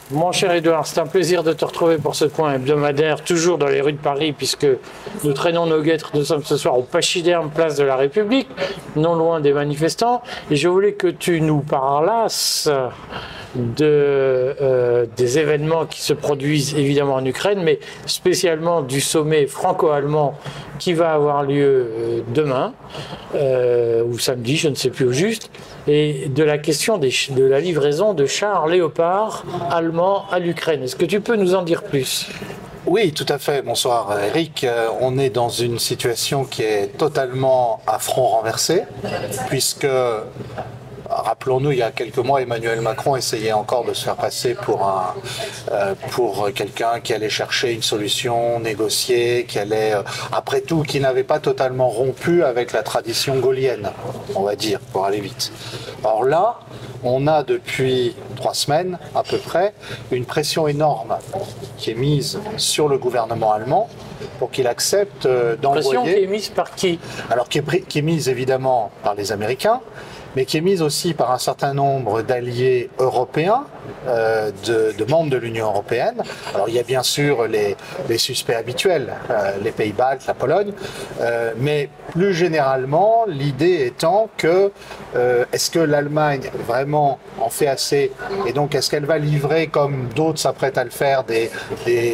Mon cher Édouard, c'est un plaisir de te retrouver pour ce point hebdomadaire, toujours dans les rues de Paris, puisque nous traînons nos guêtres. Nous sommes ce soir au Pachyderme, place de la République, non loin des manifestants. Et je voulais que tu nous parlasses des événements qui se produisent évidemment en Ukraine, mais spécialement du sommet franco-allemand qui va avoir lieu demain, ou samedi, je ne sais plus au juste, et de la question de la livraison de chars Léopard allemands à l'Ukraine. Est-ce que tu peux nous en dire plus ? Oui, tout à fait. Bonsoir Eric. On est dans une situation qui est totalement à front renversé, puisque, rappelons-nous, il y a quelques mois, Emmanuel Macron essayait encore de se faire passer pour quelqu'un qui allait chercher une solution, négocier, qui allait, après tout, qui n'avait pas totalement rompu avec la tradition gaullienne, on va dire, pour aller vite. Or là, on a depuis 3 semaines à peu près une pression énorme qui est mise sur le gouvernement allemand pour qu'il accepte d'envoyer... Pression qui est mise par qui ? Alors qui est mise évidemment par les Américains, mais qui est mise aussi par un certain nombre d'alliés européens, de membres de l'Union européenne. Alors il y a bien sûr les suspects habituels, les pays baltes, la Pologne, mais plus généralement, l'idée étant que est-ce que l'Allemagne vraiment en fait assez, et donc est-ce qu'elle va livrer, comme d'autres s'apprêtent à le faire, des blindés ?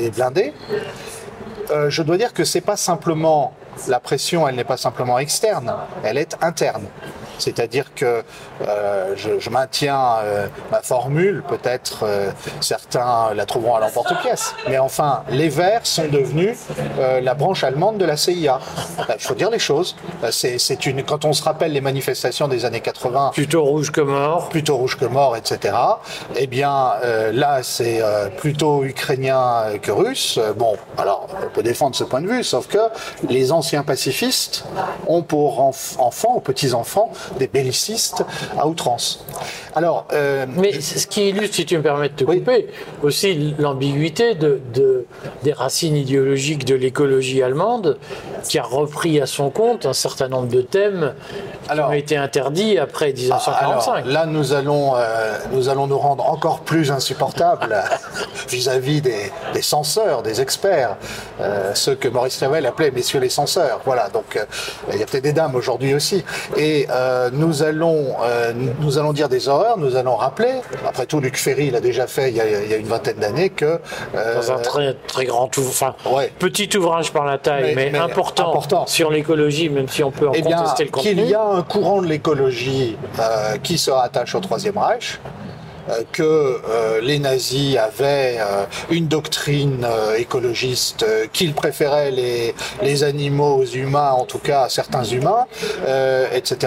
Je dois dire que c'est pas simplement, la pression, elle n'est pas simplement externe, elle est interne. C'est-à-dire que je maintiens ma formule, peut-être certains la trouveront à l'emporte-pièce, mais enfin, les Verts sont devenus la branche allemande de la CIA. Il faut dire les choses. Quand on se rappelle les manifestations des années 80... Plutôt rouge que mort, etc. Eh bien, là, c'est plutôt ukrainien que russe. Bon, alors, on peut défendre ce point de vue, sauf que les anciens pacifistes ont pour enfants, ou petits-enfants, des bellicistes à outrance. Alors, mais ce qui illustre, si tu me permets de te couper, aussi l'ambiguïté des racines idéologiques de l'écologie allemande, qui a repris à son compte un certain nombre de thèmes qui ont été interdits après 1945. Alors, là, nous allons nous rendre encore plus insupportables vis-à-vis des censeurs, des experts, ceux que Maurice Clavel appelait messieurs les censeurs. Voilà, donc il y a peut-être des dames aujourd'hui aussi. Et nous allons dire des horreurs, nous allons rappeler, après tout Luc Ferry l'a déjà fait il y a une vingtaine d'années, que... dans un très, très grand petit ouvrage par la taille, mais important sur l'écologie, même si on peut en contester le contenu. Qu'il y a un courant de l'écologie qui se rattache au Troisième Reich, que les nazis avaient une doctrine écologiste, qu'ils préféraient les animaux aux humains, en tout cas à certains humains, etc.,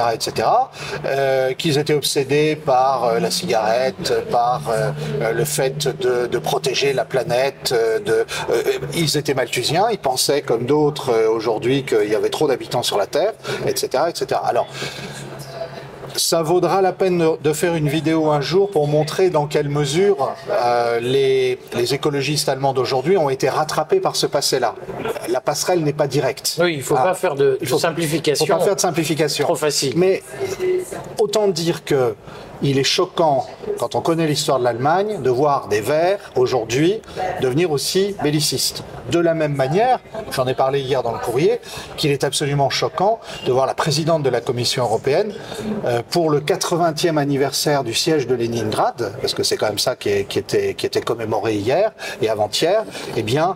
qu'ils étaient obsédés par la cigarette, par le fait de protéger la planète. Ils étaient malthusiens, ils pensaient comme d'autres aujourd'hui qu'il y avait trop d'habitants sur la Terre, etc., etc. Alors, ça vaudra la peine de faire une vidéo un jour pour montrer dans quelle mesure les écologistes allemands d'aujourd'hui ont été rattrapés par ce passé-là. La passerelle n'est pas directe. Oui, il ne faut pas faire de simplification. Il ne faut pas faire de simplification. Trop facile. Mais autant dire que il est choquant, quand on connaît l'histoire de l'Allemagne, de voir des Verts, aujourd'hui, devenir aussi bellicistes. De la même manière, j'en ai parlé hier dans le courrier, qu'il est absolument choquant de voir la présidente de la Commission européenne, pour le 80e anniversaire du siège de Leningrad, parce que c'est quand même ça qui était commémoré hier et avant-hier, eh bien,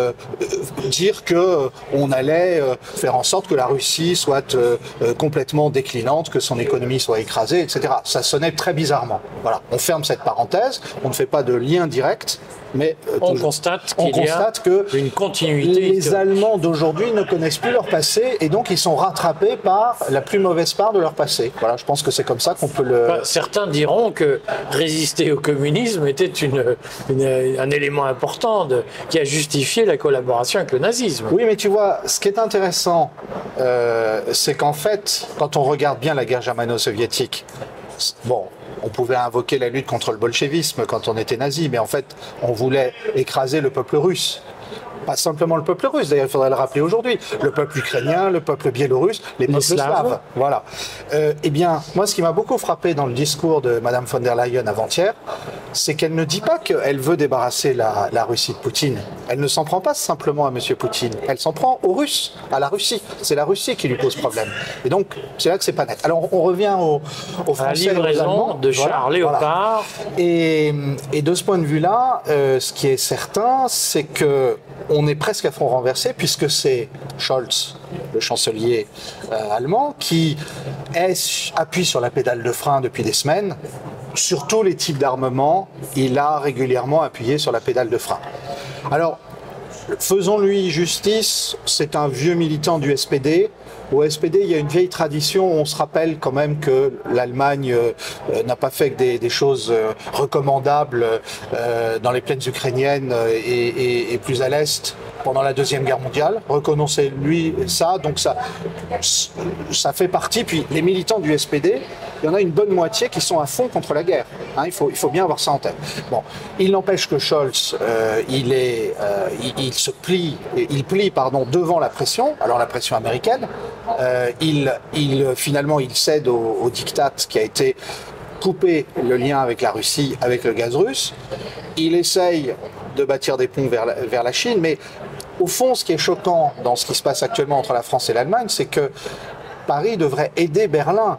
dire que on allait faire en sorte que la Russie soit complètement déclinante, que son économie soit écrasée, etc. Ça sonnait très bizarrement. Voilà, on ferme cette parenthèse, on ne fait pas de lien direct, mais on constate que une continuité. Les Allemands d'aujourd'hui ne connaissent plus leur passé et donc ils sont rattrapés par la plus mauvaise part de leur passé. Voilà, je pense que c'est comme ça qu'on peut le... Certains diront que résister au communisme était un élément important qui a justifié la collaboration avec le nazisme. Oui, mais tu vois, ce qui est intéressant, c'est qu'en fait, quand on regarde bien la guerre germano-soviétique, bon, on pouvait invoquer la lutte contre le bolchevisme quand on était nazi, mais en fait, on voulait écraser le peuple russe. Pas simplement le peuple russe, d'ailleurs il faudrait le rappeler aujourd'hui, le peuple ukrainien, le peuple biélorusse, les peuples slaves. Voilà. Eh bien, moi ce qui m'a beaucoup frappé dans le discours de Mme von der Leyen avant-hier, c'est qu'elle ne dit pas qu'elle veut débarrasser la Russie de Poutine. Elle ne s'en prend pas simplement à M. Poutine, elle s'en prend aux Russes, à la Russie. C'est la Russie qui lui pose problème. Et donc, c'est là que c'est pas net. Alors, on revient aux Français et aux Allemands de chars Léopard. Et de ce point de vue-là, ce qui est certain, c'est que on est presque à front renversé, puisque c'est Scholz, le chancelier allemand, qui appuie sur la pédale de frein depuis des semaines. Sur tous les types d'armement, il a régulièrement appuyé sur la pédale de frein. Alors, faisons-lui justice, c'est un vieux militant du SPD. Au SPD, il y a une vieille tradition où on se rappelle quand même que l'Allemagne n'a pas fait que des choses recommandables dans les plaines ukrainiennes et plus à l'Est pendant la Deuxième Guerre mondiale. Reconnaissez-lui ça, donc ça fait partie. Puis les militants du SPD, il y en a une bonne moitié qui sont à fond contre la guerre. Hein, il faut bien avoir ça en tête. Bon, il n'empêche que Scholz, il plie devant la pression. Alors la pression américaine, finalement il cède au diktat qui a été couper le lien avec la Russie, avec le gaz russe. Il essaye de bâtir des ponts vers la Chine, mais au fond, ce qui est choquant dans ce qui se passe actuellement entre la France et l'Allemagne, c'est que Paris devrait aider Berlin.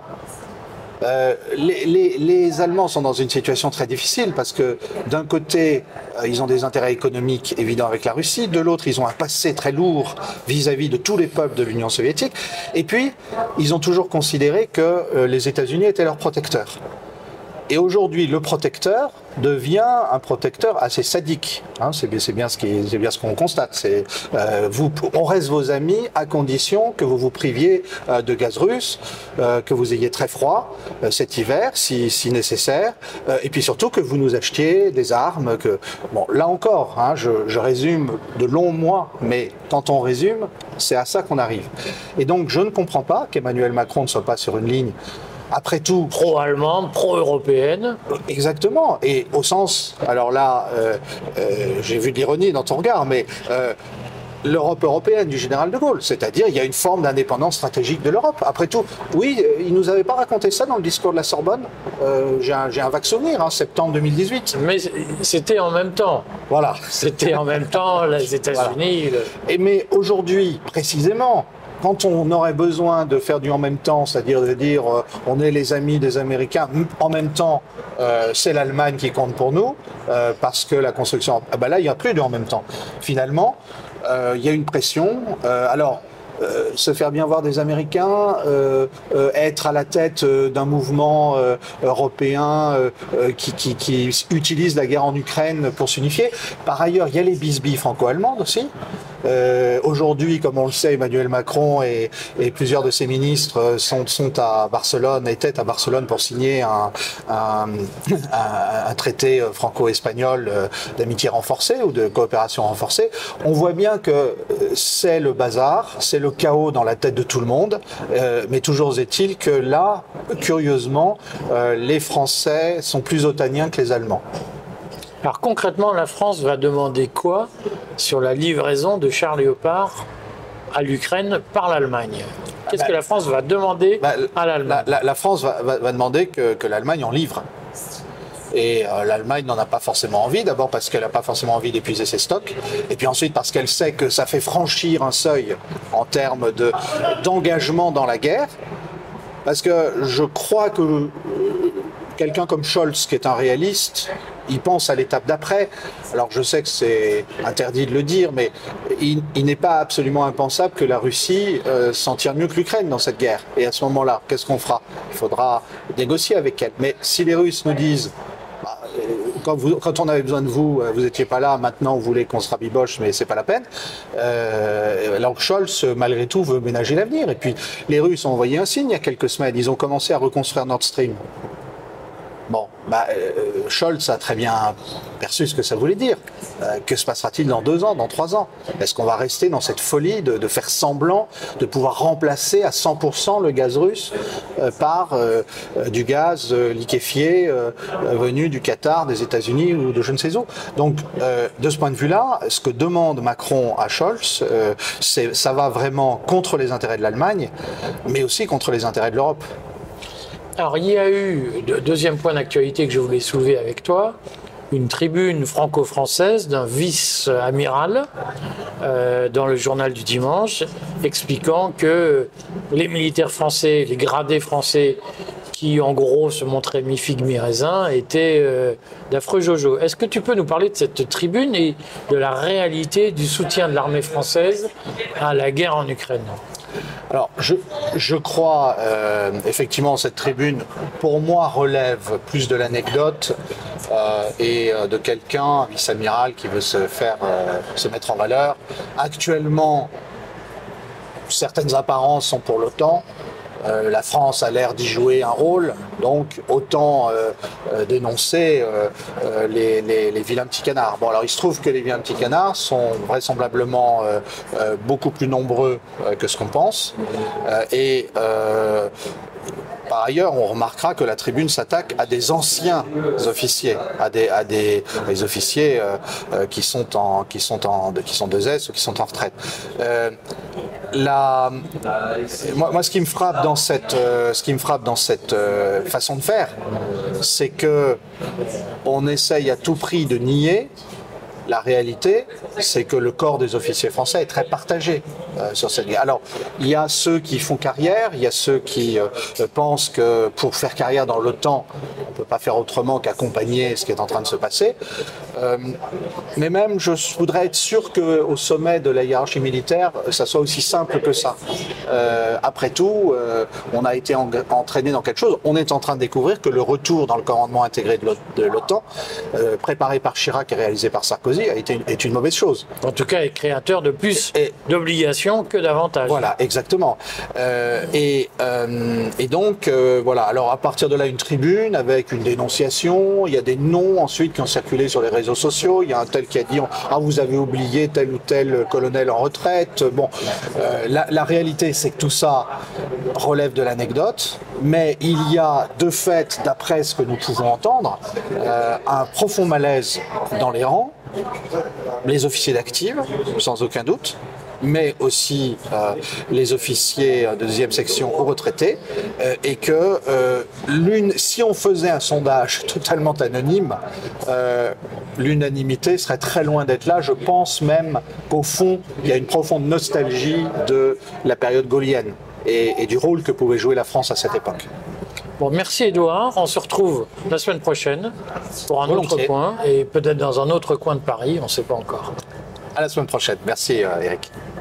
Les Allemands sont dans une situation très difficile parce que d'un côté, ils ont des intérêts économiques évidents avec la Russie, de l'autre, ils ont un passé très lourd vis-à-vis de tous les peuples de l'Union soviétique, et puis, ils ont toujours considéré que les États-Unis étaient leurs protecteurs. Et aujourd'hui, le protecteur devient un protecteur assez sadique. Hein, c'est bien ce qu'on constate. On reste vos amis à condition que vous vous priviez de gaz russe, que vous ayez très froid cet hiver, si nécessaire, et puis surtout que vous nous achetiez des armes. Bon, là encore, hein, je résume de longs mois, mais quand on résume, c'est à ça qu'on arrive. Et donc, je ne comprends pas qu'Emmanuel Macron ne soit pas sur une ligne. Après tout, pro-allemande, pro-européenne. Exactement. Et au sens, alors là, j'ai vu de l'ironie dans ton regard, mais l'Europe européenne du général de Gaulle, c'est-à-dire il y a une forme d'indépendance stratégique de l'Europe. Après tout, oui, il nous avait pas raconté ça dans le discours de la Sorbonne. J'ai un vague souvenir, hein, septembre 2018. Mais c'était en même temps. Voilà. C'était en même temps les États-Unis. Voilà. Mais aujourd'hui, précisément, quand on aurait besoin de faire du en même temps, c'est-à-dire de dire on est les amis des Américains, en même temps c'est l'Allemagne qui compte pour nous, parce que la construction... là, il n'y a plus de en même temps. Finalement, il y a une pression. Se faire bien voir des Américains, être à la tête d'un mouvement européen qui utilise la guerre en Ukraine pour s'unifier. Par ailleurs, il y a les bisbilles franco-allemandes aussi. Aujourd'hui, comme on le sait, Emmanuel Macron et plusieurs de ses ministres étaient à Barcelone pour signer un traité franco-espagnol d'amitié renforcée ou de coopération renforcée. On voit bien que c'est le bazar, c'est le chaos dans la tête de tout le monde, mais toujours est-il que là, curieusement, les Français sont plus otaniens que les Allemands. Alors concrètement, la France va demander quoi sur la livraison de chars Léopard à l'Ukraine par l'Allemagne? Qu'est-ce que la France va demander à l'Allemagne? La France va demander que l'Allemagne en livre. Et l'Allemagne n'en a pas forcément envie, d'abord parce qu'elle n'a pas forcément envie d'épuiser ses stocks, et puis ensuite parce qu'elle sait que ça fait franchir un seuil en termes d'engagement dans la guerre. Parce que je crois que quelqu'un comme Scholz, qui est un réaliste, il pense à l'étape d'après. Alors je sais que c'est interdit de le dire, mais il n'est pas absolument impensable que la Russie s'en tire mieux que l'Ukraine dans cette guerre. Et à ce moment-là, qu'est-ce qu'on fera? Il faudra négocier avec elle. Mais si les Russes nous disent quand on avait besoin de vous, vous n'étiez pas là, maintenant vous voulez qu'on se rabiboche, mais c'est pas la peine. Alors Scholz, malgré tout, veut ménager l'avenir. Et puis les Russes ont envoyé un signe il y a quelques semaines, ils ont commencé à reconstruire Nord Stream. Bon, Scholz a très bien perçu ce que ça voulait dire. Que se passera-t-il dans 2 ans, dans 3 ans? Est-ce qu'on va rester dans cette folie de faire semblant de pouvoir remplacer à 100% le gaz russe par du gaz liquéfié venu du Qatar, des États-Unis ou de je ne sais où? Donc, de ce point de vue-là, ce que demande Macron à Scholz, ça va vraiment contre les intérêts de l'Allemagne, mais aussi contre les intérêts de l'Europe. Alors, il y a eu, deuxième point d'actualité que je voulais soulever avec toi, une tribune franco-française d'un vice-amiral dans le journal du dimanche, expliquant que les militaires français, les gradés français, qui en gros se montraient mi-figue, mi-raisin, étaient d'affreux jojo. Est-ce que tu peux nous parler de cette tribune et de la réalité du soutien de l'armée française à la guerre en Ukraine ? Alors, je crois, effectivement, cette tribune, pour moi, relève plus de l'anecdote et de quelqu'un, un vice-amiral, qui veut se mettre en valeur. Actuellement, certaines apparences sont pour l'OTAN. La France a l'air d'y jouer un rôle, donc autant dénoncer les vilains petits canards. Bon, alors il se trouve que les vilains petits canards sont vraisemblablement beaucoup plus nombreux que ce qu'on pense, et par ailleurs, on remarquera que la tribune s'attaque à des anciens officiers, à des officiers qui sont de S ou qui sont en retraite. Moi, ce qui me frappe dans cette façon de faire, c'est que on essaye à tout prix de nier. La réalité, c'est que le corps des officiers français est très partagé sur cette guerre. Alors, il y a ceux qui font carrière, il y a ceux qui pensent que pour faire carrière dans l'OTAN, on ne peut pas faire autrement qu'accompagner ce qui est en train de se passer. Mais même, je voudrais être sûr qu'au sommet de la hiérarchie militaire, ça soit aussi simple que ça. Après tout, on a été entraîné dans quelque chose. On est en train de découvrir que le retour dans le commandement intégré de l'OTAN, préparé par Chirac et réalisé par Sarkozy, est une mauvaise chose. En tout cas, est créateur de plus d'obligations que d'avantages. Voilà, exactement. Et donc, voilà. Alors, à partir de là, une tribune avec une dénonciation. Il y a des noms ensuite qui ont circulé sur les réseaux sociaux. Il y a un tel qui a dit « Ah, vous avez oublié tel ou tel colonel en retraite ». Bon, la réalité, c'est que tout ça relève de l'anecdote, mais il y a de fait, d'après ce que nous pouvons entendre, un profond malaise dans les rangs. Les officiers d'active, sans aucun doute, mais aussi les officiers de deuxième section aux retraités, et que si on faisait un sondage totalement anonyme, l'unanimité serait très loin d'être là. Je pense même qu'au fond, il y a une profonde nostalgie de la période gaullienne et du rôle que pouvait jouer la France à cette époque. Bon, merci Édouard. On se retrouve la semaine prochaine pour un autre point et peut-être dans un autre coin de Paris, on ne sait pas encore. À la semaine prochaine. Merci Eric.